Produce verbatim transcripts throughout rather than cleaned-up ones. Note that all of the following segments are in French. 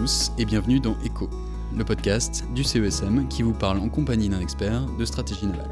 tous et bienvenue dans Écho, le podcast du C E S M qui vous parle en compagnie d'un expert de stratégie navale.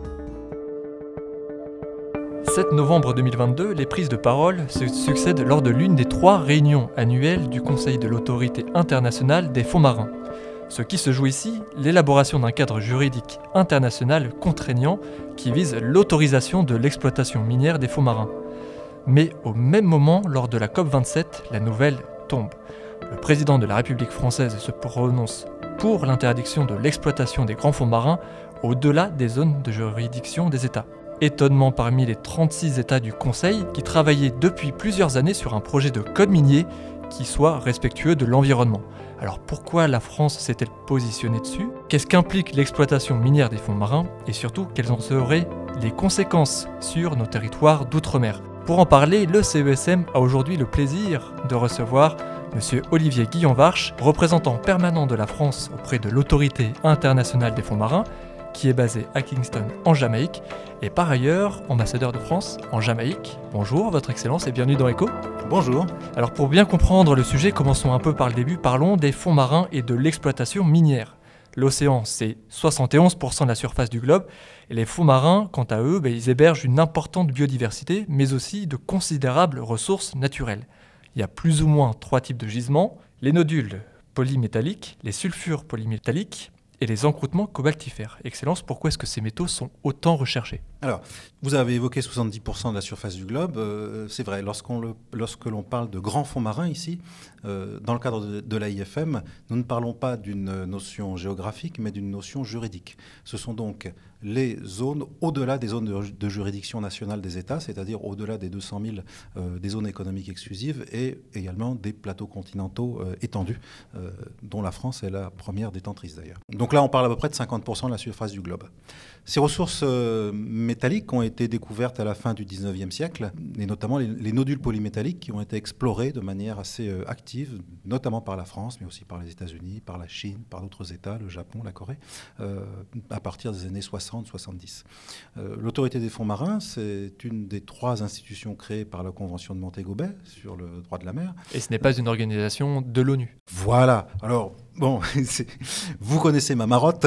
sept novembre deux mille vingt-deux, les prises de parole se succèdent lors de l'une des trois réunions annuelles du Conseil de l'Autorité internationale des fonds marins. Ce qui se joue ici, l'élaboration d'un cadre juridique international contraignant qui vise l'autorisation de l'exploitation minière des fonds marins. Mais au même moment, lors de la COP vingt-sept, la nouvelle tombe. Le président de la République française se prononce pour l'interdiction de l'exploitation des grands fonds marins au-delà des zones de juridiction des États. Étonnement parmi les trente-six États du Conseil qui travaillaient depuis plusieurs années sur un projet de code minier qui soit respectueux de l'environnement. Alors pourquoi la France s'est-elle positionnée dessus ? Qu'est-ce qu'implique l'exploitation minière des fonds marins ? Et surtout, quelles en seraient les conséquences sur nos territoires d'outre-mer ? Pour en parler, le C E S M a aujourd'hui le plaisir de recevoir M. Olivier Guillan-Warche, représentant permanent de la France auprès de l'Autorité internationale des fonds marins, qui est basé à Kingston en Jamaïque, et par ailleurs ambassadeur de France en Jamaïque. Bonjour, Votre Excellence, et bienvenue dans Écho. Bonjour. Alors pour bien comprendre le sujet, commençons un peu par le début, parlons des fonds marins et de l'exploitation minière. L'océan, c'est soixante et onze pour cent de la surface du globe, et les fonds marins, quant à eux, ben, ils hébergent une importante biodiversité, mais aussi de considérables ressources naturelles. Il y a plus ou moins trois types de gisements, les nodules polymétalliques, les sulfures polymétalliques, et les encroûtements cobaltifères. Excellence, pourquoi est-ce que ces métaux sont autant recherchés ? Alors, vous avez évoqué soixante-dix pour cent de la surface du globe. Euh, c'est vrai, lorsqu'on le, lorsque l'on parle de grands fonds marins ici, euh, dans le cadre de, de l'A I F M, nous ne parlons pas d'une notion géographique, mais d'une notion juridique. Ce sont donc les zones au-delà des zones de, de juridiction nationale des États, c'est-à-dire au-delà des deux cent mille euh, des zones économiques exclusives et également des plateaux continentaux euh, étendus, euh, dont la France est la première détentrice d'ailleurs. Donc là, on parle à peu près de cinquante pour cent de la surface du globe. Ces ressources euh, métalliques ont été découvertes à la fin du dix-neuvième siècle, et notamment les, les nodules polymétalliques qui ont été explorés de manière assez euh, active, notamment par la France, mais aussi par les États-Unis, par la Chine, par d'autres États, le Japon, la Corée, euh, à partir des années soixante soixante-dix. Euh, L'autorité des fonds marins, c'est une des trois institutions créées par la Convention de Montego Bay sur le droit de la mer. Et ce n'est pas une organisation de l'ONU. Voilà. Alors, bon, vous connaissez ma marotte.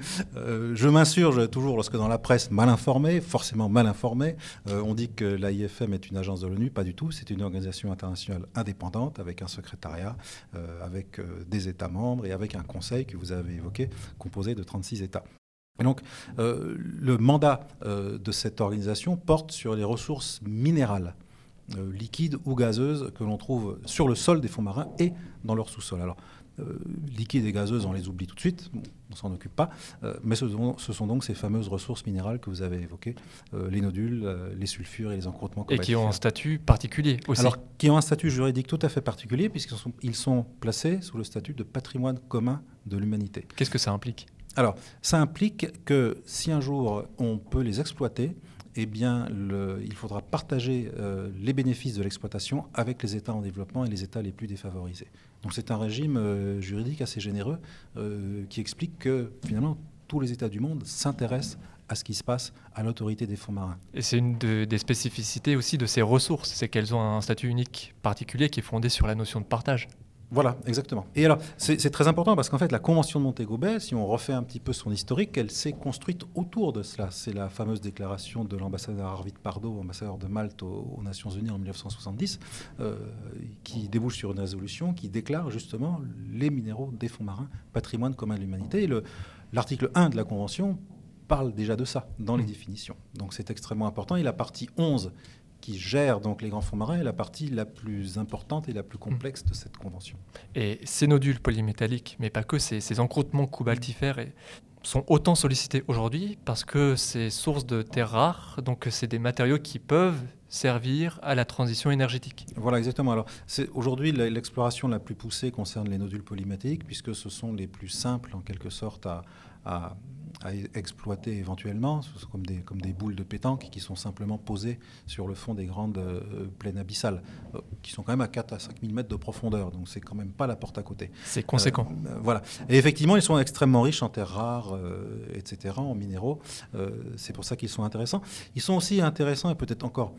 euh, je m'insurge toujours lorsque dans la presse mal informée, forcément mal informée, euh, on dit que l'A I F M est une agence de l'ONU. Pas du tout. C'est une organisation internationale indépendante avec un secrétariat, euh, avec euh, des États membres et avec un conseil que vous avez évoqué, composé de trente-six États. Et donc, euh, le mandat euh, de cette organisation porte sur les ressources minérales, euh, liquides ou gazeuses, que l'on trouve sur le sol des fonds marins et dans leur sous-sol. Alors, euh, liquides et gazeuses, on les oublie tout de suite, bon, on ne s'en occupe pas, euh, mais ce sont, ce sont donc ces fameuses ressources minérales que vous avez évoquées, euh, les nodules, euh, les sulfures et les encroûtements cobaltifères. Et qui ont un statut particulier aussi. Alors, qui ont un statut juridique tout à fait particulier, puisqu'ils sont, ils sont placés sous le statut de patrimoine commun de l'humanité. Qu'est-ce que ça implique ? Alors, ça implique que si un jour on peut les exploiter, eh bien, le, il faudra partager euh, les bénéfices de l'exploitation avec les États en développement et les États les plus défavorisés. Donc c'est un régime euh, juridique assez généreux euh, qui explique que finalement tous les États du monde s'intéressent à ce qui se passe à l'autorité des fonds marins. Et c'est une de, des spécificités aussi de ces ressources, c'est qu'elles ont un statut unique particulier qui est fondé sur la notion de partage. Voilà, exactement. Et alors, c'est, c'est très important parce qu'en fait, la Convention de Montego Bay, si on refait un petit peu son historique, elle s'est construite autour de cela. C'est la fameuse déclaration de l'ambassadeur Arvid Pardo, ambassadeur de Malte aux, aux Nations Unies en dix-neuf cent soixante-dix, euh, qui débouche sur une résolution qui déclare justement les minéraux des fonds marins, patrimoine commun de l'humanité. Et le, l'article un de la Convention parle déjà de ça dans les définitions. Donc c'est extrêmement important. Et la partie onze qui gère donc les grands fonds marins est la partie la plus importante et la plus complexe de cette convention. Et ces nodules polymétalliques, mais pas que, ces, ces encroûtements cobaltifères et, sont autant sollicités aujourd'hui parce que c'est source de terres rares, donc c'est des matériaux qui peuvent servir à la transition énergétique. Voilà, exactement. Alors, c'est, aujourd'hui, l'exploration la plus poussée concerne les nodules polymétalliques puisque ce sont les plus simples, en quelque sorte, à, à, à exploiter éventuellement. Ce sont comme des, comme des boules de pétanque qui sont simplement posées sur le fond des grandes euh, plaines abyssales, euh, qui sont quand même à quatre à cinq mille mètres de profondeur. Donc, c'est quand même pas la porte à côté. C'est conséquent. Euh, voilà. Et effectivement, ils sont extrêmement riches en terres rares, euh, et cetera, en minéraux. Euh, c'est pour ça qu'ils sont intéressants. Ils sont aussi intéressants, et peut-être encore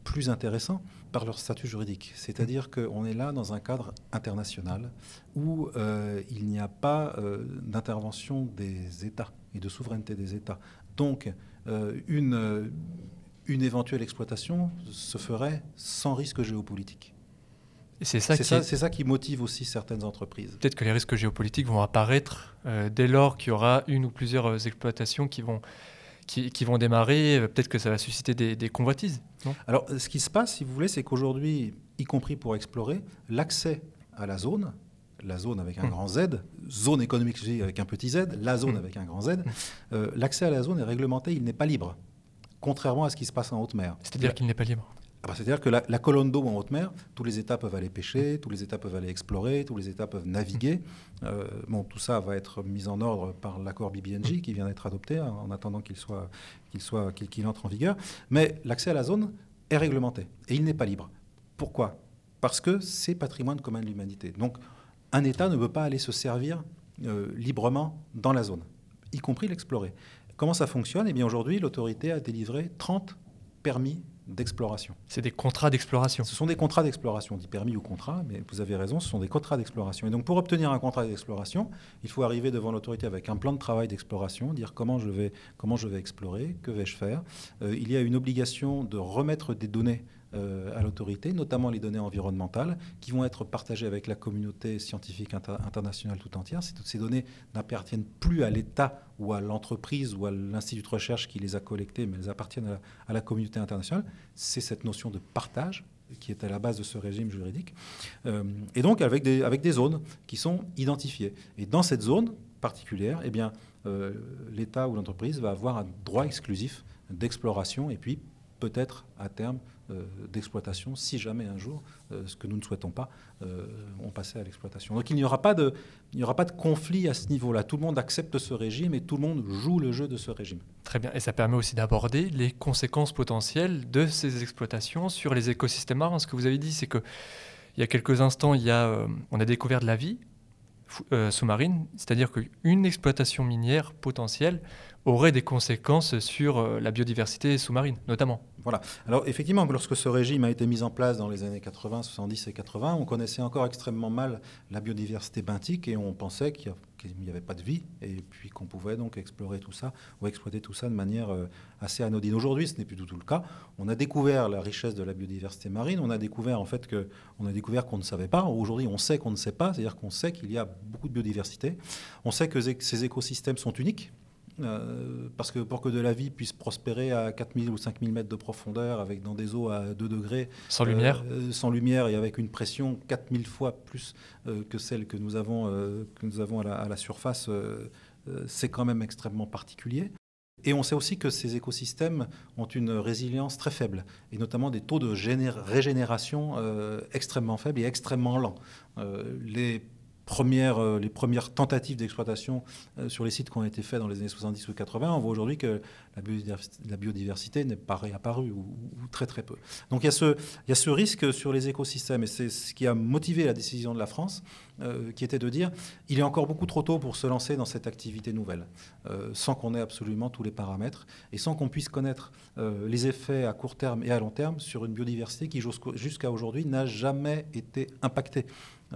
plus intéressants par leur statut juridique. C'est-à-dire qu'on est là dans un cadre international où euh, il n'y a pas euh, d'intervention des États et de souveraineté des États. Donc, euh, une, une éventuelle exploitation se ferait sans risque géopolitique. Et c'est ça, c'est, qui ça, est... c'est ça qui motive aussi certaines entreprises. Peut-être que les risques géopolitiques vont apparaître euh, dès lors qu'il y aura une ou plusieurs euh, exploitations qui vont, qui, qui vont démarrer. Euh, peut-être que ça va susciter des, des convoitises, non ? Alors, ce qui se passe, si vous voulez, c'est qu'aujourd'hui, y compris pour explorer, l'accès à la zone, la zone avec un mmh. grand Z, zone économique avec un petit z, la zone mmh. avec un grand Z, euh, l'accès à la zone est réglementé, il n'est pas libre, contrairement à ce qui se passe en haute mer. C'est-à-dire là, qu'il n'est pas libre ? Ah bah, c'est-à-dire que la, la colonne d'eau en haute mer, tous les États peuvent aller pêcher, tous les États peuvent aller explorer, tous les États peuvent naviguer. Euh, bon, tout ça va être mis en ordre par l'accord B B N J qui vient d'être adopté hein, en attendant qu'il, soit, qu'il, soit, qu'il, qu'il entre en vigueur. Mais l'accès à la zone est réglementé et il n'est pas libre. Pourquoi ? Parce que c'est patrimoine commun de l'humanité. Donc, un État ne peut pas aller se servir euh, librement dans la zone, y compris l'explorer. Comment ça fonctionne ? Eh bien, aujourd'hui, l'autorité a délivré trente permis d'exploration. C'est des contrats d'exploration. Ce sont des contrats d'exploration, on dit permis ou contrat, mais vous avez raison, ce sont des contrats d'exploration. Et donc pour obtenir un contrat d'exploration, il faut arriver devant l'autorité avec un plan de travail d'exploration, dire comment je vais, comment je vais explorer, que vais-je faire. Euh, il y a une obligation de remettre des données euh, à l'autorité, notamment les données environnementales, qui vont être partagées avec la communauté scientifique inter- internationale tout entière. Toutes ces données n'appartiennent plus à l'État ou à l'entreprise ou à l'institut de recherche qui les a collectées, mais elles appartiennent à la, à la communauté internationale. C'est cette notion de partage qui est à la base de ce régime juridique. Euh, et donc avec des, avec des zones qui sont identifiées. Et dans cette zone particulière, eh bien, euh, l'État ou l'entreprise va avoir un droit exclusif d'exploration et puis peut-être à terme euh, d'exploitation, si jamais un jour, euh, ce que nous ne souhaitons pas, euh, on passait à l'exploitation. Donc il n'y aura pas de, il n'y aura pas de conflit à ce niveau-là. Tout le monde accepte ce régime et tout le monde joue le jeu de ce régime. Très bien. Et ça permet aussi d'aborder les conséquences potentielles de ces exploitations sur les écosystèmes marins. Ce que vous avez dit, c'est qu'il y a quelques instants, il y a, euh, on a découvert de la vie euh, sous-marine, c'est-à-dire qu'une exploitation minière potentielle aurait des conséquences sur euh, la biodiversité sous-marine, notamment. Voilà. Alors effectivement, lorsque ce régime a été mis en place dans les années quatre-vingts, soixante-dix et quatre-vingts, on connaissait encore extrêmement mal la biodiversité benthique et on pensait qu'il n'y avait pas de vie et puis qu'on pouvait donc explorer tout ça ou exploiter tout ça de manière euh, assez anodine. Aujourd'hui, ce n'est plus du tout le cas. On a découvert la richesse de la biodiversité marine. On a découvert en fait que, on a découvert qu'on ne savait pas. Aujourd'hui, on sait qu'on ne sait pas, c'est-à-dire qu'on sait qu'il y a beaucoup de biodiversité. On sait que ces écosystèmes sont uniques. Euh, parce que pour que de la vie puisse prospérer à quatre mille ou cinq mille mètres de profondeur, avec dans des eaux à deux degrés, sans lumière, euh, sans lumière et avec une pression quatre mille fois plus euh, que celle que nous avons, euh, que nous avons à, la, à la surface, euh, euh, c'est quand même extrêmement particulier. Et on sait aussi que ces écosystèmes ont une résilience très faible, et notamment des taux de géné- régénération euh, extrêmement faibles et extrêmement lents. Euh, les Premières, euh, les premières tentatives d'exploitation euh, sur les sites qui ont été faits dans les années soixante-dix ou quatre-vingts, on voit aujourd'hui que la biodiversité, la biodiversité n'est pas réapparue ou, ou très très peu. Donc il y a ce, il y a ce risque sur les écosystèmes et c'est ce qui a motivé la décision de la France euh, qui était de dire il est encore beaucoup trop tôt pour se lancer dans cette activité nouvelle euh, sans qu'on ait absolument tous les paramètres et sans qu'on puisse connaître euh, les effets à court terme et à long terme sur une biodiversité qui jusqu'à aujourd'hui n'a jamais été impactée.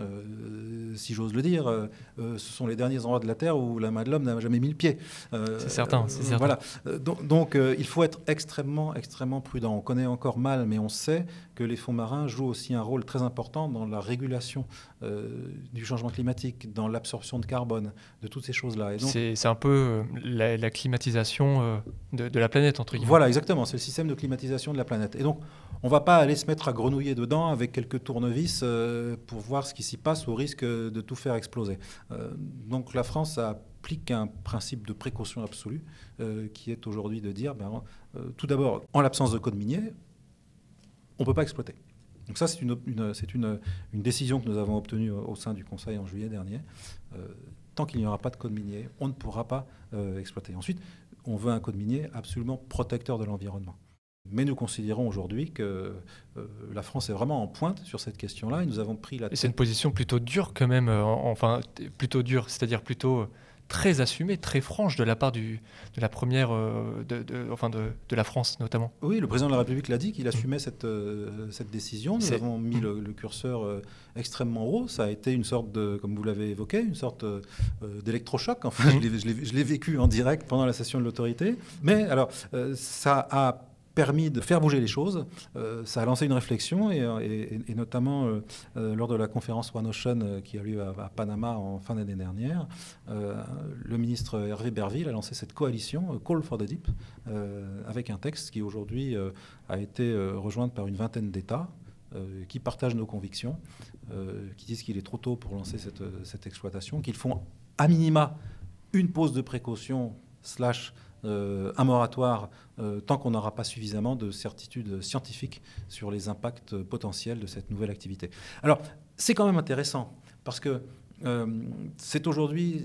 Euh, si j'ose le dire, euh, ce sont les derniers endroits de la Terre où la main de l'homme n'a jamais mis le pied. Euh, c'est certain, c'est certain. Voilà. Donc, donc euh, il faut être extrêmement, extrêmement prudent. On connaît encore mal, mais on sait que les fonds marins jouent aussi un rôle très important dans la régulation euh, du changement climatique, dans l'absorption de carbone, de toutes ces choses-là. Et donc, c'est, c'est un peu la, la climatisation euh, de, de la planète, entre guillemets. Voilà, exactement. C'est le système de climatisation de la planète. Et donc, on ne va pas aller se mettre à grenouiller dedans avec quelques tournevis euh, pour voir ce qui s'y passe au risque de tout faire exploser. Euh, donc la France applique un principe de précaution absolue euh, qui est aujourd'hui de dire, ben, euh, tout d'abord, en l'absence de code minier, on ne peut pas exploiter. Donc ça, c'est, une, une, c'est une, une décision que nous avons obtenue au sein du Conseil en juillet dernier. Euh, tant qu'il n'y aura pas de code minier, on ne pourra pas euh, exploiter. Ensuite, on veut un code minier absolument protecteur de l'environnement. Mais nous considérons aujourd'hui que euh, la France est vraiment en pointe sur cette question-là et nous avons pris la... Et c'est une position plutôt dure quand même, euh, enfin plutôt dure, c'est-à-dire plutôt très assumée, très franche de la part du, de la première, euh, de, de, enfin de, de la France notamment. Oui, le président de la République l'a dit qu'il assumait cette, euh, cette décision. Nous C'est... avons mis le, le curseur euh, extrêmement haut. Ça a été une sorte de, comme vous l'avez évoqué, une sorte euh, d'électrochoc. Enfin, je l'ai, je l'ai, je l'ai vécu en direct pendant la session de l'autorité. Mais alors, euh, ça a permis de faire bouger les choses. Euh, ça a lancé une réflexion et, et, et notamment euh, euh, lors de la conférence One Ocean euh, qui a lieu à, à Panama en fin d'année dernière, euh, le ministre Hervé Berville a lancé cette coalition euh, Call for the Deep euh, avec un texte qui aujourd'hui euh, a été euh, rejoint par une vingtaine d'États euh, qui partagent nos convictions, euh, qui disent qu'il est trop tôt pour lancer cette, cette exploitation, qu'ils font à minima une pause de précaution slash Euh, un moratoire euh, tant qu'on n'aura pas suffisamment de certitude scientifique sur les impacts potentiels de cette nouvelle activité. Alors, c'est quand même intéressant parce que euh, c'est aujourd'hui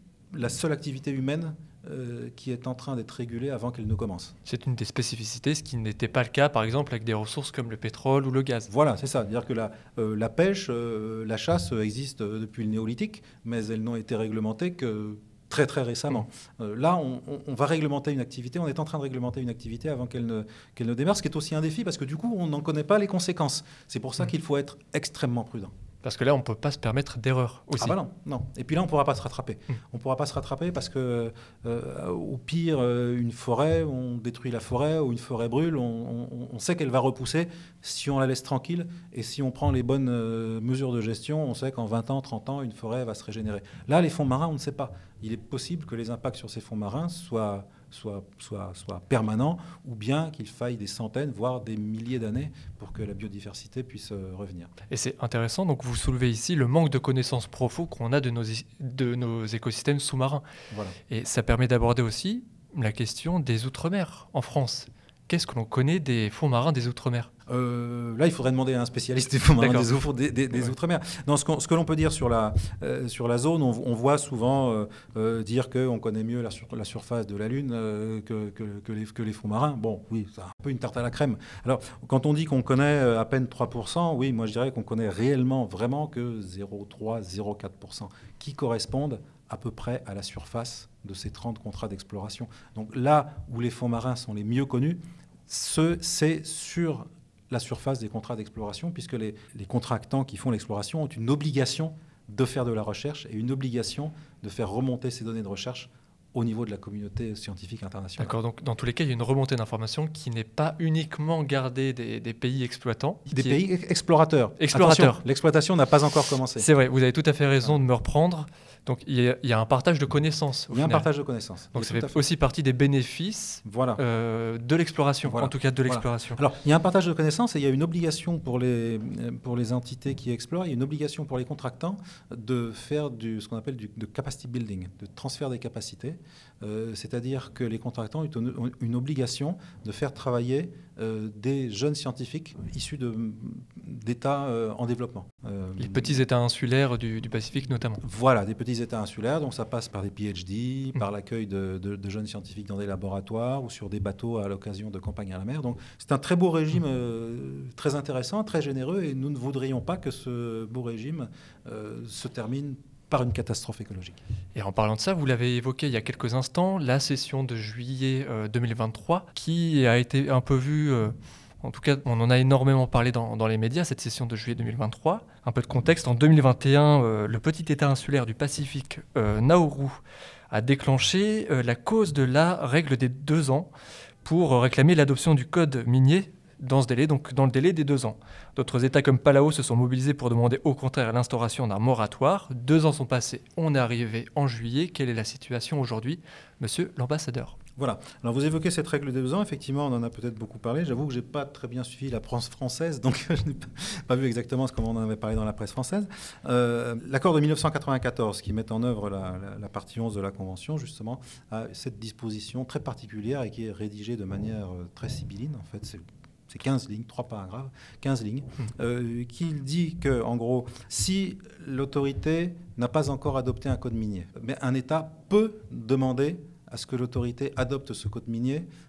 la seule activité humaine euh, qui est en train d'être régulée avant qu'elle ne commence. C'est une des spécificités, ce qui n'était pas le cas, par exemple, avec des ressources comme le pétrole ou le gaz. Voilà, c'est ça. C'est-à-dire que la, euh, la pêche, euh, la chasse existent depuis le néolithique, mais elles n'ont été réglementées que très très récemment. Euh, là, on, on, on va réglementer une activité, on est en train de réglementer une activité avant qu'elle ne, qu'elle ne démarre, ce qui est aussi un défi parce que du coup, on n'en connaît pas les conséquences. C'est pour ça mmh. qu'il faut être extrêmement prudent. Parce que là, on ne peut pas se permettre d'erreur aussi. Ah bah non, non. Et puis là, on ne pourra pas se rattraper. Mmh. On ne pourra pas se rattraper parce que, euh, au pire, une forêt, on détruit la forêt ou une forêt brûle, on, on, on sait qu'elle va repousser si on la laisse tranquille et si on prend les bonnes euh, mesures de gestion, on sait qu'en vingt ans, trente ans, une forêt va se régénérer. Là, les fonds marins, on ne sait pas. Il est possible que les impacts sur ces fonds marins soient, soient, soient, soient permanents ou bien qu'il faille des centaines, voire des milliers d'années pour que la biodiversité puisse euh, revenir. Et c'est intéressant, donc vous soulevez ici le manque de connaissances profondes qu'on a de nos, de nos écosystèmes sous-marins. Voilà. Et ça permet d'aborder aussi la question des outre-mer en France. Qu'est-ce que l'on connaît des fonds marins des outre-mer ? Euh, là, il faudrait demander à un spécialiste des fonds marins des, ou- des, des, des ouais. outre-mer. Non, ce, ce que l'on peut dire sur la, euh, sur la zone, on, on voit souvent euh, euh, dire qu'on connaît mieux la, sur, la surface de la Lune euh, que, que, que, les, que les fonds marins. Bon, oui, c'est un peu une tarte à la crème. Alors, quand on dit qu'on connaît à peine trois pour cent, oui, moi je dirais qu'on connaît réellement, vraiment que zéro virgule trois, zéro virgule quatre pour cent qui correspondent à peu près à la surface de ces trente contrats d'exploration. Donc là où les fonds marins sont les mieux connus, ce, c'est sur la surface des contrats d'exploration, puisque les, les contractants qui font l'exploration ont une obligation de faire de la recherche et une obligation de faire remonter ces données de recherche au niveau de la communauté scientifique internationale. D'accord, donc dans tous les cas, il y a une remontée d'informations qui n'est pas uniquement gardée des, des pays exploitants. Des pays est... explorateurs. Explorateurs. Attention, l'exploitation n'a pas encore commencé. C'est vrai, vous avez tout à fait raison de me reprendre. Donc il y a, il y a un partage de connaissances. Il y a un partage de connaissances. Donc ça fait, fait aussi partie des bénéfices voilà. euh, de l'exploration, voilà. en tout cas de l'exploration. Voilà. Alors il y a un partage de connaissances et il y a une obligation pour les, pour les entités qui explorent, il y a une obligation pour les contractants de faire du, ce qu'on appelle du de capacity building, de transfert des capacités. Euh, c'est-à-dire que les contractants ont une, ont une obligation de faire travailler euh, des jeunes scientifiques issus de, d'États euh, en développement. Euh, les petits États insulaires du, du Pacifique notamment. Voilà, des petits États insulaires, donc ça passe par des P H D, mmh. par l'accueil de, de, de jeunes scientifiques dans des laboratoires ou sur des bateaux à l'occasion de campagnes à la mer. Donc c'est un très beau régime, mmh. euh, très intéressant, très généreux, et nous ne voudrions pas que ce beau régime euh, se termine par une catastrophe écologique. Et en parlant de ça, vous l'avez évoqué il y a quelques instants, la session de juillet euh, deux mille vingt-trois, qui a été un peu vue, euh, en tout cas on en a énormément parlé dans, dans les médias, cette session de juillet deux mille vingt-trois. Un peu de contexte, en deux mille vingt et un, euh, le petit État insulaire du Pacifique, euh, Nauru, a déclenché euh, la cause de la règle des deux ans pour euh, réclamer l'adoption du code minier dans ce délai, donc dans le délai des deux ans. D'autres États comme Palau se sont mobilisés pour demander au contraire l'instauration d'un moratoire. Deux ans sont passés, on est arrivé en juillet. Quelle est la situation aujourd'hui, monsieur l'ambassadeur ? Voilà. Alors vous évoquez cette règle des deux ans, effectivement on en a peut-être beaucoup parlé. J'avoue que je n'ai pas très bien suivi la presse française, donc je n'ai pas vu exactement ce qu'on en avait parlé dans la presse française. Euh, l'accord de mille neuf cent quatre-vingt-quatorze qui met en œuvre la, la, la partie onze de la Convention, justement, a cette disposition très particulière et qui est rédigée de manière très sibylline. En fait, c'est C'est quinze lignes, trois paragraphes, quinze lignes, euh, qui dit que, en gros, si l'autorité n'a pas encore adopté un code minier, mais un État peut demander à ce que l'autorité adopte ce code minier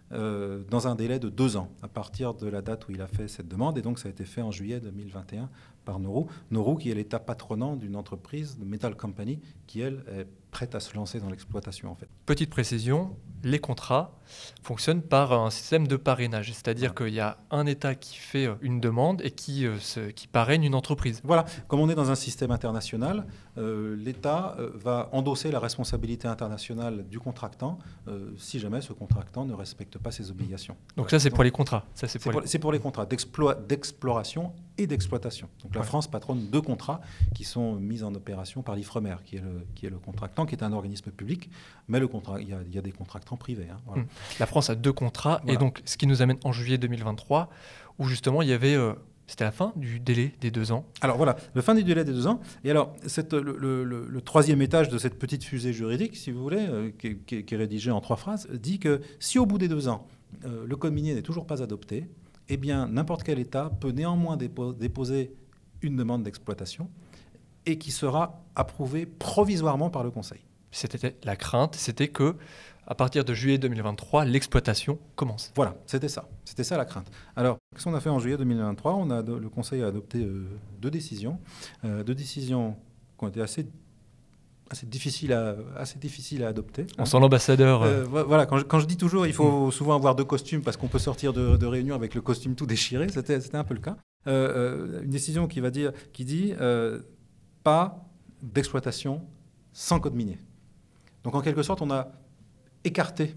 euh, dans un délai de deux ans, à partir de la date où il a fait cette demande. Et donc, ça a été fait en juillet deux mille vingt et un par Nauru. Nauru, qui est l'État patronant d'une entreprise, de Metal Company, qui, elle, est prête à se lancer dans l'exploitation, en fait. Petite précision, les contrats fonctionnent par un système de parrainage, c'est-à-dire Voilà. qu'il y a un État qui fait une demande et qui, euh, se, qui parraine une entreprise. Voilà, comme on est dans un système international, euh, l'État euh, va endosser la responsabilité internationale du contractant euh, si jamais ce contractant ne respecte pas ses obligations. Donc Ouais. ça, c'est Donc, pour les contrats. Ça, c'est C'est pour pour, les... c'est pour les contrats d'explo- d'exploration et d'exploitation. Donc la Ouais. France patronne deux contrats qui sont mis en opération par l'Ifremer, qui est le, qui est le contractant, qui est un organisme public, mais le contrat, il y a, il y a des contractants privés. Hein, voilà. Mmh. La France a deux contrats, Voilà. et donc ce qui nous amène en juillet deux mille vingt-trois, où justement il y avait... Euh, c'était la fin du délai des deux ans. Alors voilà, le fin du délai des deux ans. Et alors, cette, le, le, le, le troisième étage de cette petite fusée juridique, si vous voulez, euh, qui, est, qui, est, qui est rédigé en trois phrases, dit que si au bout des deux ans, euh, le code minier n'est toujours pas adopté, eh bien, n'importe quel État peut néanmoins dépo- déposer une demande d'exploitation et qui sera approuvée provisoirement par le Conseil. C'était la crainte, c'était que à partir de juillet deux mille vingt-trois, l'exploitation commence. Voilà, c'était ça. C'était ça la crainte. Alors, qu'est-ce qu'on a fait en juillet deux mille vingt-trois? On a, Le Conseil a adopté euh, deux décisions, euh, deux décisions qui ont été assez, assez, difficiles, à, assez difficiles à adopter. On sent l'ambassadeur. Euh, voilà, quand je, quand je dis toujours, il faut mmh. souvent avoir deux costumes parce qu'on peut sortir de, de réunion avec le costume tout déchiré. C'était, c'était un peu le cas. Euh, euh, une décision qui, va dire, qui dit euh, pas d'exploitation sans code minier. Donc, en quelque sorte, on a écarté,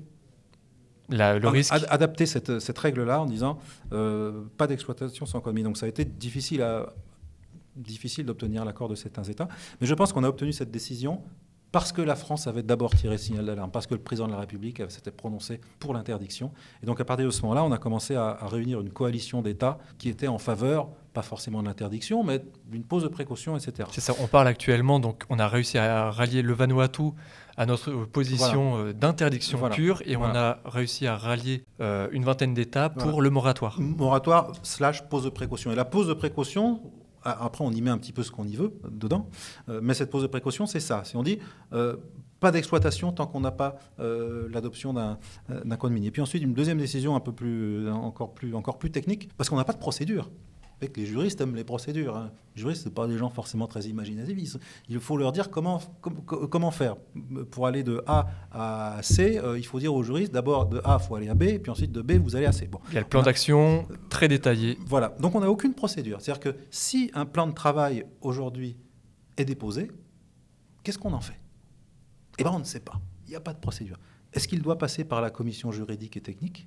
La, le risque. ad, adapté cette, cette règle-là en disant euh, pas d'exploitation sans code minier. Donc, ça a été difficile à... difficile d'obtenir l'accord de certains États. Mais je pense qu'on a obtenu cette décision parce que la France avait d'abord tiré le signal d'alarme, parce que le président de la République s'était prononcé pour l'interdiction. Et donc, à partir de ce moment-là, on a commencé à, à réunir une coalition d'États qui était en faveur, pas forcément de l'interdiction, mais d'une pause de précaution, et cetera. C'est ça, on parle actuellement, donc on a réussi à rallier le Vanuatu à notre position voilà. d'interdiction voilà. pure, et voilà. on a réussi à rallier euh, une vingtaine d'États pour voilà. le moratoire. Moratoire slash pause de précaution. Et la pause de précaution... Après, on y met un petit peu ce qu'on y veut dedans. Euh, mais cette pause de précaution, c'est ça. Si on dit euh, pas d'exploitation tant qu'on n'a pas euh, l'adoption d'un, euh, d'un code minier. Puis ensuite, une deuxième décision un peu plus, encore plus, encore plus technique, parce qu'on n'a pas de procédure. Avec les juristes aiment les procédures. Hein. Les juristes, ce pas des gens forcément très imaginatifs. Il faut leur dire comment, com, comment faire. Pour aller de A à C, euh, il faut dire aux juristes, d'abord de A, il faut aller à B, puis ensuite de B, vous allez à C. Bon. Il y a le plan d'action très détaillé. Voilà. Donc on n'a aucune procédure. C'est-à-dire que si un plan de travail aujourd'hui est déposé, qu'est-ce qu'on en fait? Eh bien, on ne sait pas. Il n'y a pas de procédure. Est-ce qu'il doit passer par la commission juridique et technique,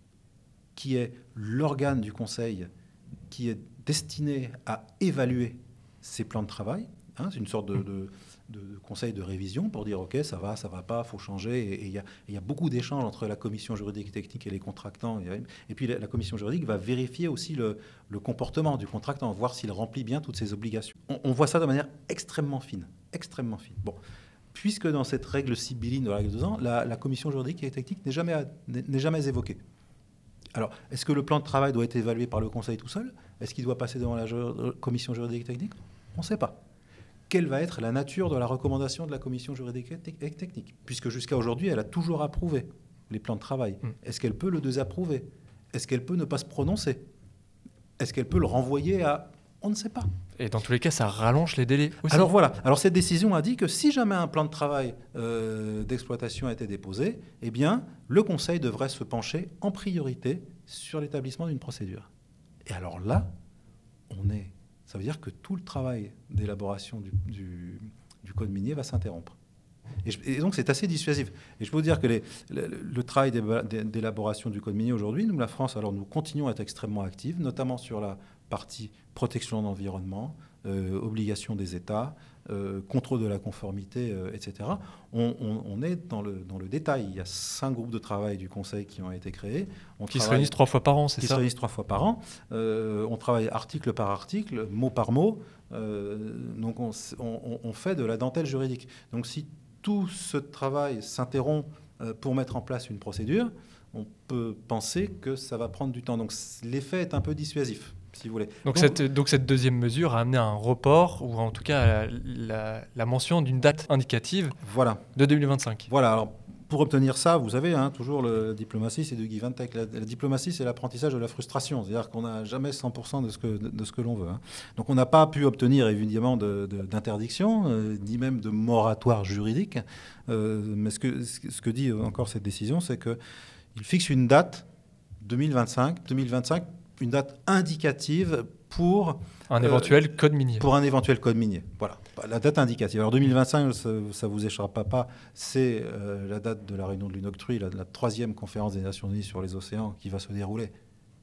qui est l'organe du Conseil qui est destiné à évaluer ces plans de travail, hein, c'est une sorte de, de, de conseil de révision pour dire ok, ça va, ça va pas, faut changer. Et il y, y a beaucoup d'échanges entre la commission juridique et technique et les contractants. Et, et puis la, la commission juridique va vérifier aussi le, le comportement du contractant, voir s'il remplit bien toutes ses obligations. On, on voit ça de manière extrêmement fine, extrêmement fine. Bon, puisque dans cette règle sibylline de la règle de deux ans, la, la commission juridique et technique n'est jamais, n'est jamais évoquée. Alors, est-ce que le plan de travail doit être évalué par le Conseil tout seul? Est-ce qu'il doit passer devant la ju- commission juridique et technique? On ne sait pas. Quelle va être la nature de la recommandation de la commission juridique et technique? Puisque jusqu'à aujourd'hui, elle a toujours approuvé les plans de travail. Mmh. Est-ce qu'elle peut le désapprouver? Est-ce qu'elle peut ne pas se prononcer? Est-ce qu'elle peut le renvoyer à... On ne sait pas. Et dans tous les cas, ça rallonge les délais aussi. Alors voilà. Alors cette décision a dit que si jamais un plan de travail euh, d'exploitation a été déposé, eh bien, le Conseil devrait se pencher en priorité sur l'établissement d'une procédure. Et alors là, on est... Ça veut dire que tout le travail d'élaboration du, du, du code minier va s'interrompre. Et, je, et donc c'est assez dissuasif. Et je peux vous dire que les, le, le travail d'élaboration du code minier aujourd'hui, nous, la France, alors nous continuons à être extrêmement actifs, notamment sur la partie protection de l'environnement, euh, obligation des États, euh, contrôle de la conformité, euh, et cetera. On, on, on est dans le, dans le détail. Il y a cinq groupes de travail du Conseil qui ont été créés. On qui travaille, se réunissent trois fois par an, c'est qui ça? Qui se réunissent trois fois par an. Euh, on travaille article par article, mot par mot. Euh, donc on, on, on fait de la dentelle juridique. Donc si tout ce travail s'interrompt euh, pour mettre en place une procédure, on peut penser que ça va prendre du temps. Donc l'effet est un peu dissuasif, si vous voulez. Donc, donc, cette, donc cette deuxième mesure a amené à un report, ou en tout cas la, la, la mention d'une date indicative voilà. de deux mille vingt-cinq. Voilà. Alors, pour obtenir ça, vous savez, hein, toujours le, la diplomatie, c'est du give and take. La, la diplomatie, c'est l'apprentissage de la frustration. C'est-à-dire qu'on n'a jamais cent pour cent de ce que, de, de ce que l'on veut. Hein. Donc on n'a pas pu obtenir évidemment de, de, d'interdiction, euh, ni même de moratoire juridique. Euh, mais ce que, ce que dit encore cette décision, c'est qu'il fixe une date, deux mille vingt-cinq, deux mille vingt-cinq, une date indicative pour un éventuel euh, code minier. Pour un éventuel code minier. Voilà, la date indicative. Alors deux mille vingt-cinq, ça ne vous échappera pas, c'est euh, la date de la réunion de l'UNOCTRI, la, la troisième conférence des Nations Unies sur les océans qui va se dérouler.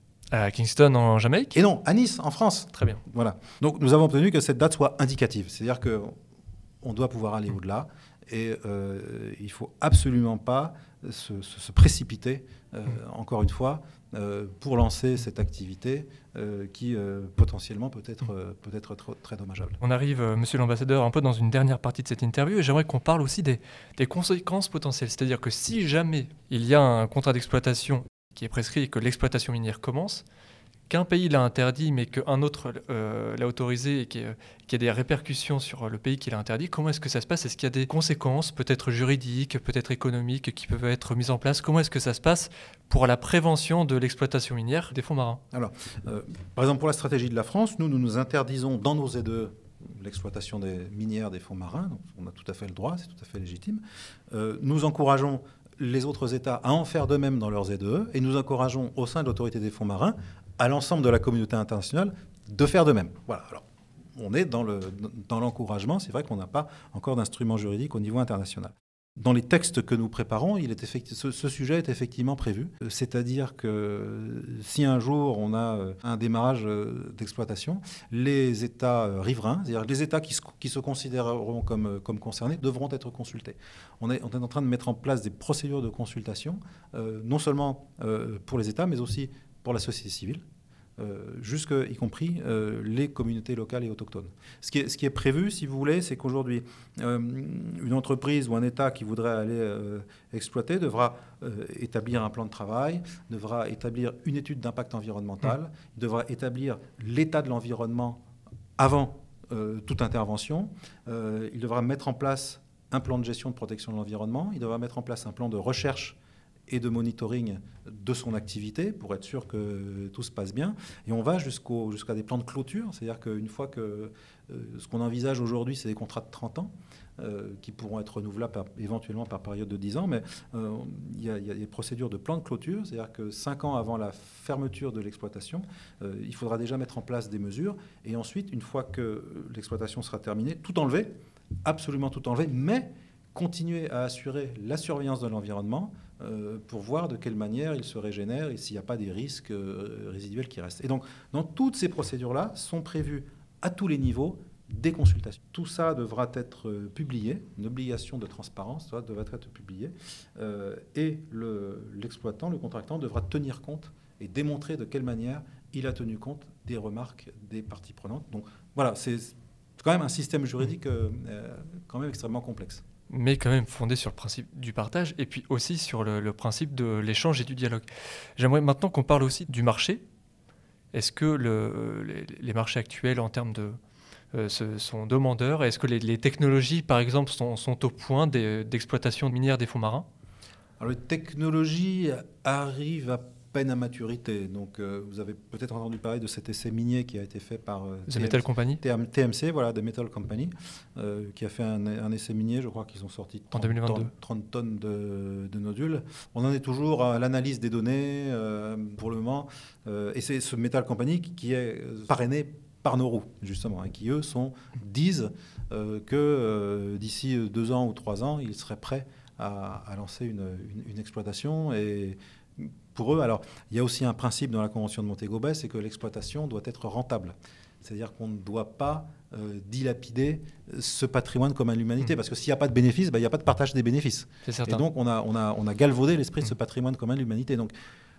À Kingston, en Jamaïque ? Et non, à Nice, en France. Très bien. Voilà. Donc nous avons obtenu que cette date soit indicative. C'est-à-dire qu'on doit pouvoir aller mmh. au-delà et euh, il ne faut absolument pas se, se, se précipiter, euh, mmh. encore une fois, Euh, pour lancer cette activité euh, qui euh, potentiellement peut être, euh, peut être très, très dommageable. On arrive, euh, monsieur l'ambassadeur, un peu dans une dernière partie de cette interview et j'aimerais qu'on parle aussi des, des conséquences potentielles. C'est-à-dire que si jamais il y a un contrat d'exploitation qui est prescrit et que l'exploitation minière commence, qu'un pays l'a interdit mais qu'un autre euh, l'a autorisé et qu'il y a des répercussions sur le pays qui l'a interdit, comment est-ce que ça se passe ? Est-ce qu'il y a des conséquences, peut-être juridiques, peut-être économiques, qui peuvent être mises en place ? Comment est-ce que ça se passe pour la prévention de l'exploitation minière des fonds marins ? Alors, euh, par exemple, pour la stratégie de la France, nous, nous nous interdisons dans nos Z E E l'exploitation des minières des fonds marins. Donc on a tout à fait le droit, c'est tout à fait légitime. Euh, nous encourageons les autres États à en faire de même dans leurs Z E E et nous encourageons au sein de l'autorité des fonds marins à l'ensemble de la communauté internationale de faire de même. Voilà. Alors, on est dans, le, dans l'encouragement. C'est vrai qu'on n'a pas encore d'instrument juridique au niveau international. Dans les textes que nous préparons, il est effecti- ce, ce sujet est effectivement prévu. C'est-à-dire que si un jour on a un démarrage d'exploitation, les États riverains, c'est-à-dire les États qui se, qui se considéreront comme, comme concernés, devront être consultés. On est, on est en train de mettre en place des procédures de consultation, euh, non seulement euh, pour les États, mais aussi pour la société civile. Euh, jusque, y compris euh, les communautés locales et autochtones. Ce qui est, ce qui est prévu, si vous voulez, c'est qu'aujourd'hui, euh, une entreprise ou un État qui voudrait aller euh, exploiter devra euh, établir un plan de travail, devra établir une étude d'impact environnemental, mmh. il devra établir l'état de l'environnement avant euh, toute intervention, euh, il devra mettre en place un plan de gestion de protection de l'environnement, il devra mettre en place un plan de recherche et de monitoring de son activité pour être sûr que tout se passe bien. Et on va jusqu'au, jusqu'à des plans de clôture, c'est-à-dire qu'une fois que euh, ce qu'on envisage aujourd'hui, c'est des contrats de trente ans euh, qui pourront être renouvelables par, éventuellement par période de dix ans, mais euh, il y, y a des procédures de plan de clôture, c'est-à-dire que cinq ans avant la fermeture de l'exploitation, euh, il faudra déjà mettre en place des mesures, et ensuite, une fois que l'exploitation sera terminée, tout enlever, absolument tout enlever, mais continuer à assurer la surveillance de l'environnement, Euh, pour voir de quelle manière il se régénère et s'il n'y a pas des risques euh, résiduels qui restent. Et donc, dans toutes ces procédures-là, sont prévues à tous les niveaux des consultations. Tout ça devra être euh, publié, une obligation de transparence ça, devra être publiée, euh, et le, l'exploitant, le contractant, devra tenir compte et démontrer de quelle manière il a tenu compte des remarques des parties prenantes. Donc voilà, c'est quand même un système juridique euh, euh, quand même extrêmement complexe. Mais quand même fondé sur le principe du partage et puis aussi sur le, le principe de l'échange et du dialogue. J'aimerais maintenant qu'on parle aussi du marché. Est-ce que le, les, les marchés actuels en termes de euh, sont demandeurs ? Est-ce que les, les technologies, par exemple, sont, sont au point des, d'exploitation minière des fonds marins ? Alors, les technologies arrivent à peine à maturité. Donc, euh, vous avez peut-être entendu parler de cet essai minier qui a été fait par euh, The Metal Company. T M C, voilà, The Metal Company, euh, qui a fait un, un essai minier. Je crois qu'ils ont sorti trente, en deux mille vingt-deux. trente, trente tonnes de, de nodules. On en est toujours à l'analyse des données euh, pour le moment. Euh, et c'est ce Metal Company qui, qui est parrainé par Nauru, justement, et qui, eux, sont, disent euh, que euh, d'ici deux ans ou trois ans, ils seraient prêts à, à lancer une, une, une exploitation. Et pour eux, alors, il y a aussi un principe dans la Convention de Montego Bay, c'est que l'exploitation doit être rentable. C'est-à-dire qu'on ne doit pas euh, dilapider ce patrimoine commun de l'humanité, mmh. parce que s'il n'y a pas de bénéfices, ben, il n'y a pas de partage des bénéfices. C'est certain. Et donc, on a, on a, on a galvaudé l'esprit mmh. de ce patrimoine commun de l'humanité. Donc,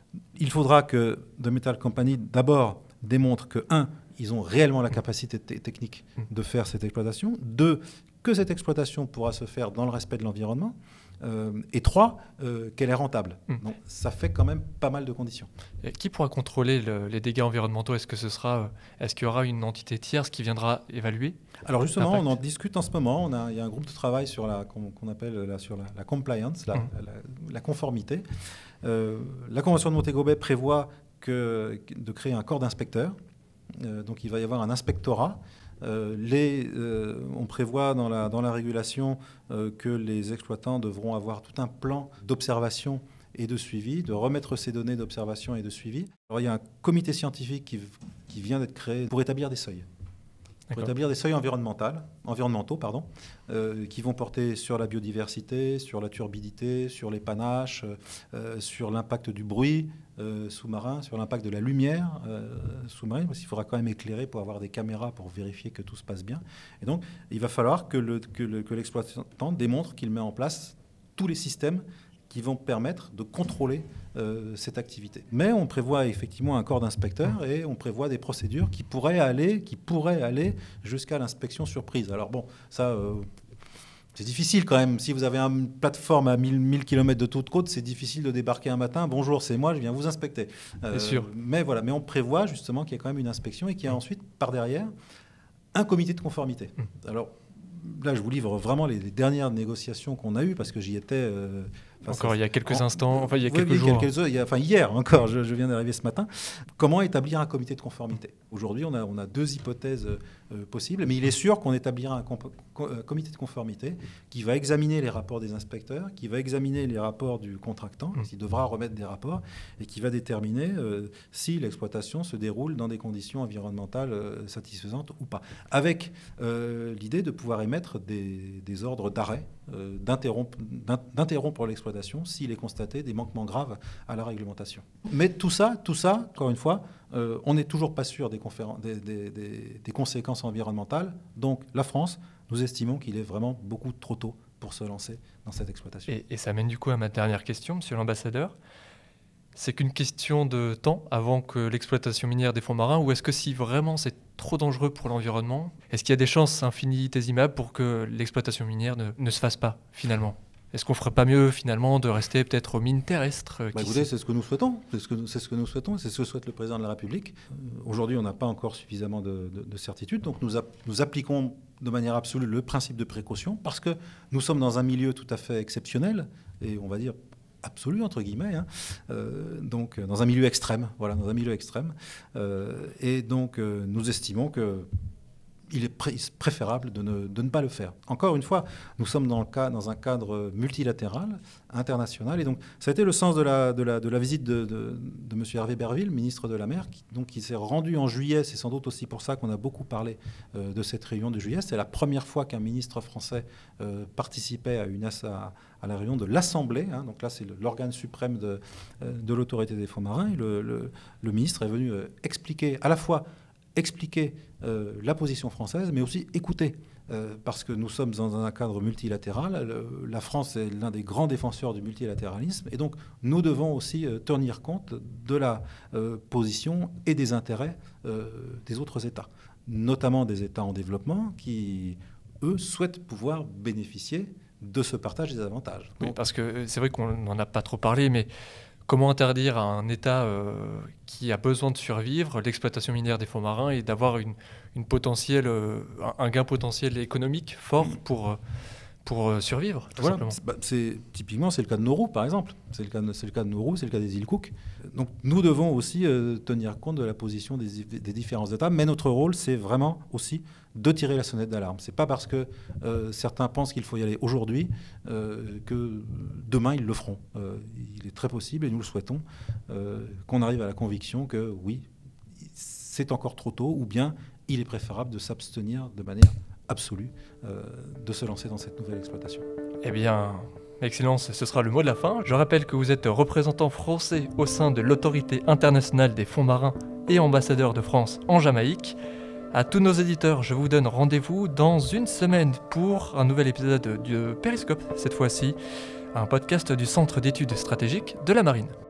il faudra que The Metal Company, d'abord, démontre que, un, ils ont réellement la capacité t- technique de faire cette exploitation. Deux, que cette exploitation pourra se faire dans le respect de l'environnement. Euh, et trois, euh, qu'elle est rentable. Mmh. Donc ça fait quand même pas mal de conditions. Et qui pourra contrôler le, les dégâts environnementaux ? Est-ce que ce sera, euh, est-ce qu'il y aura une entité tierce qui viendra évaluer ? Alors justement, l'impact ? on en discute en ce moment. On a, il y a un groupe de travail sur la, qu'on, qu'on appelle la, sur la, la compliance, la, mmh. la, la conformité. Euh, la Convention de Montego Bay prévoit que, de créer un corps d'inspecteurs. Euh, donc il va y avoir un inspectorat. Euh, les, euh, on prévoit dans la, dans la régulation euh, que les exploitants devront avoir tout un plan d'observation et de suivi, de remettre ces données d'observation et de suivi. Alors, il y a un comité scientifique qui, qui vient d'être créé pour établir des seuils. Pour établir des seuils environnementaux, environnementaux pardon, euh, qui vont porter sur la biodiversité, sur la turbidité, sur les panaches, euh, sur l'impact du bruit euh, sous-marin, sur l'impact de la lumière euh, sous-marine, parce qu'il faudra quand même éclairer pour avoir des caméras pour vérifier que tout se passe bien. Et donc, il va falloir que, le, que, le, que l'exploitant démontre qu'il met en place tous les systèmes qui vont permettre de contrôler euh, cette activité. Mais on prévoit effectivement un corps d'inspecteurs et on prévoit des procédures qui pourraient aller, qui pourraient aller jusqu'à l'inspection surprise. Alors bon, ça, euh, c'est difficile quand même. Si vous avez une plateforme à mille kilomètres de toute côte, c'est difficile de débarquer un matin. Bonjour, c'est moi, je viens vous inspecter. Euh, c'est sûr. Mais voilà, mais on prévoit justement qu'il y a quand même une inspection et qu'il y a ensuite, par derrière, un comité de conformité. Alors, là, je vous livre vraiment les, les dernières négociations qu'on a eues parce que j'y étais... Euh, enfin, encore ça, il y a quelques en, instants, enfin il y a oui, quelques oui, jours. Quelques, il y a, enfin hier encore, je, je viens d'arriver ce matin. Comment établir un comité de conformité ? Aujourd'hui, on a, on a deux hypothèses euh, possibles, mais il est sûr qu'on établira un comp- com- comité de conformité qui va examiner les rapports des inspecteurs, qui va examiner les rapports du contractant, mmh. qui devra remettre des rapports, et qui va déterminer euh, si l'exploitation se déroule dans des conditions environnementales euh, satisfaisantes ou pas. Avec euh, l'idée de pouvoir émettre des, des ordres d'arrêt, euh, d'interrompre, d'interrompre l'exploitation s'il est constaté des manquements graves à la réglementation. Mais tout ça, tout ça, encore une fois, euh, on n'est toujours pas sûr des, conféren- des, des, des, des conséquences environnementales. Donc la France, nous estimons qu'il est vraiment beaucoup trop tôt pour se lancer dans cette exploitation. Et, et ça mène du coup à ma dernière question, monsieur l'ambassadeur. C'est qu'une question de temps avant que l'exploitation minière des fonds marins, ou est-ce que si vraiment c'est trop dangereux pour l'environnement, est-ce qu'il y a des chances infinitésimales pour que l'exploitation minière ne, ne se fasse pas finalement ? Est-ce qu'on ne ferait pas mieux finalement de rester peut-être aux mines terrestres ? Bah, écoutez, c'est ce que nous souhaitons, c'est ce que, c'est ce que nous souhaitons, c'est ce que souhaite le président de la République. Euh, aujourd'hui, on n'a pas encore suffisamment de, de, de certitude, donc nous, a, nous appliquons de manière absolue le principe de précaution parce que nous sommes dans un milieu tout à fait exceptionnel et on va dire absolu entre guillemets, hein. euh, donc dans un milieu extrême, voilà, dans un milieu extrême, euh, et donc euh, nous estimons que il est pré- préférable de ne, de ne pas le faire. Encore une fois, nous sommes dans, le cas, dans un cadre multilatéral, international, et donc ça a été le sens de la, de la, de la visite de, de, de M. Hervé Berville, ministre de la Mer, qui, donc, qui s'est rendu en juillet. C'est sans doute aussi pour ça qu'on a beaucoup parlé euh, de cette réunion de juillet. C'est la première fois qu'un ministre français euh, participait à, une, à, à la réunion de l'Assemblée, hein, donc là c'est le, l'organe suprême de, de l'autorité des fonds marins, et le, le, le ministre est venu euh, expliquer à la fois expliquer euh, la position française, mais aussi écouter, euh, parce que nous sommes dans un cadre multilatéral. Le, la France est l'un des grands défenseurs du multilatéralisme, et donc nous devons aussi euh, tenir compte de la euh, position et des intérêts euh, des autres États, notamment des États en développement qui, eux, souhaitent pouvoir bénéficier de ce partage des avantages. Oui, donc, parce que c'est vrai qu'on n'en a pas trop parlé, mais comment interdire à un État euh, qui a besoin de survivre l'exploitation minière des fonds marins et d'avoir une, une potentielle, euh, un gain potentiel économique fort pour, pour survivre, tout voilà, simplement. C'est, bah, c'est, typiquement, c'est le cas de Nauru, par exemple. C'est le cas de, c'est le cas de Nauru, c'est le cas des îles Cook. Donc nous devons aussi euh, tenir compte de la position des, des différents États, mais notre rôle, c'est vraiment aussi de tirer la sonnette d'alarme. Ce n'est pas parce que euh, certains pensent qu'il faut y aller aujourd'hui euh, que demain, ils le feront. Euh, il est très possible, et nous le souhaitons, euh, qu'on arrive à la conviction que oui, c'est encore trop tôt, ou bien il est préférable de s'abstenir de manière absolue euh, de se lancer dans cette nouvelle exploitation. Eh bien, Excellence, ce sera le mot de la fin. Je rappelle que vous êtes représentant français au sein de l'Autorité internationale des fonds marins et ambassadeur de France en Jamaïque. À tous nos éditeurs, je vous donne rendez-vous dans une semaine pour un nouvel épisode de Périscope, cette fois-ci, un podcast du Centre d'études stratégiques de la Marine.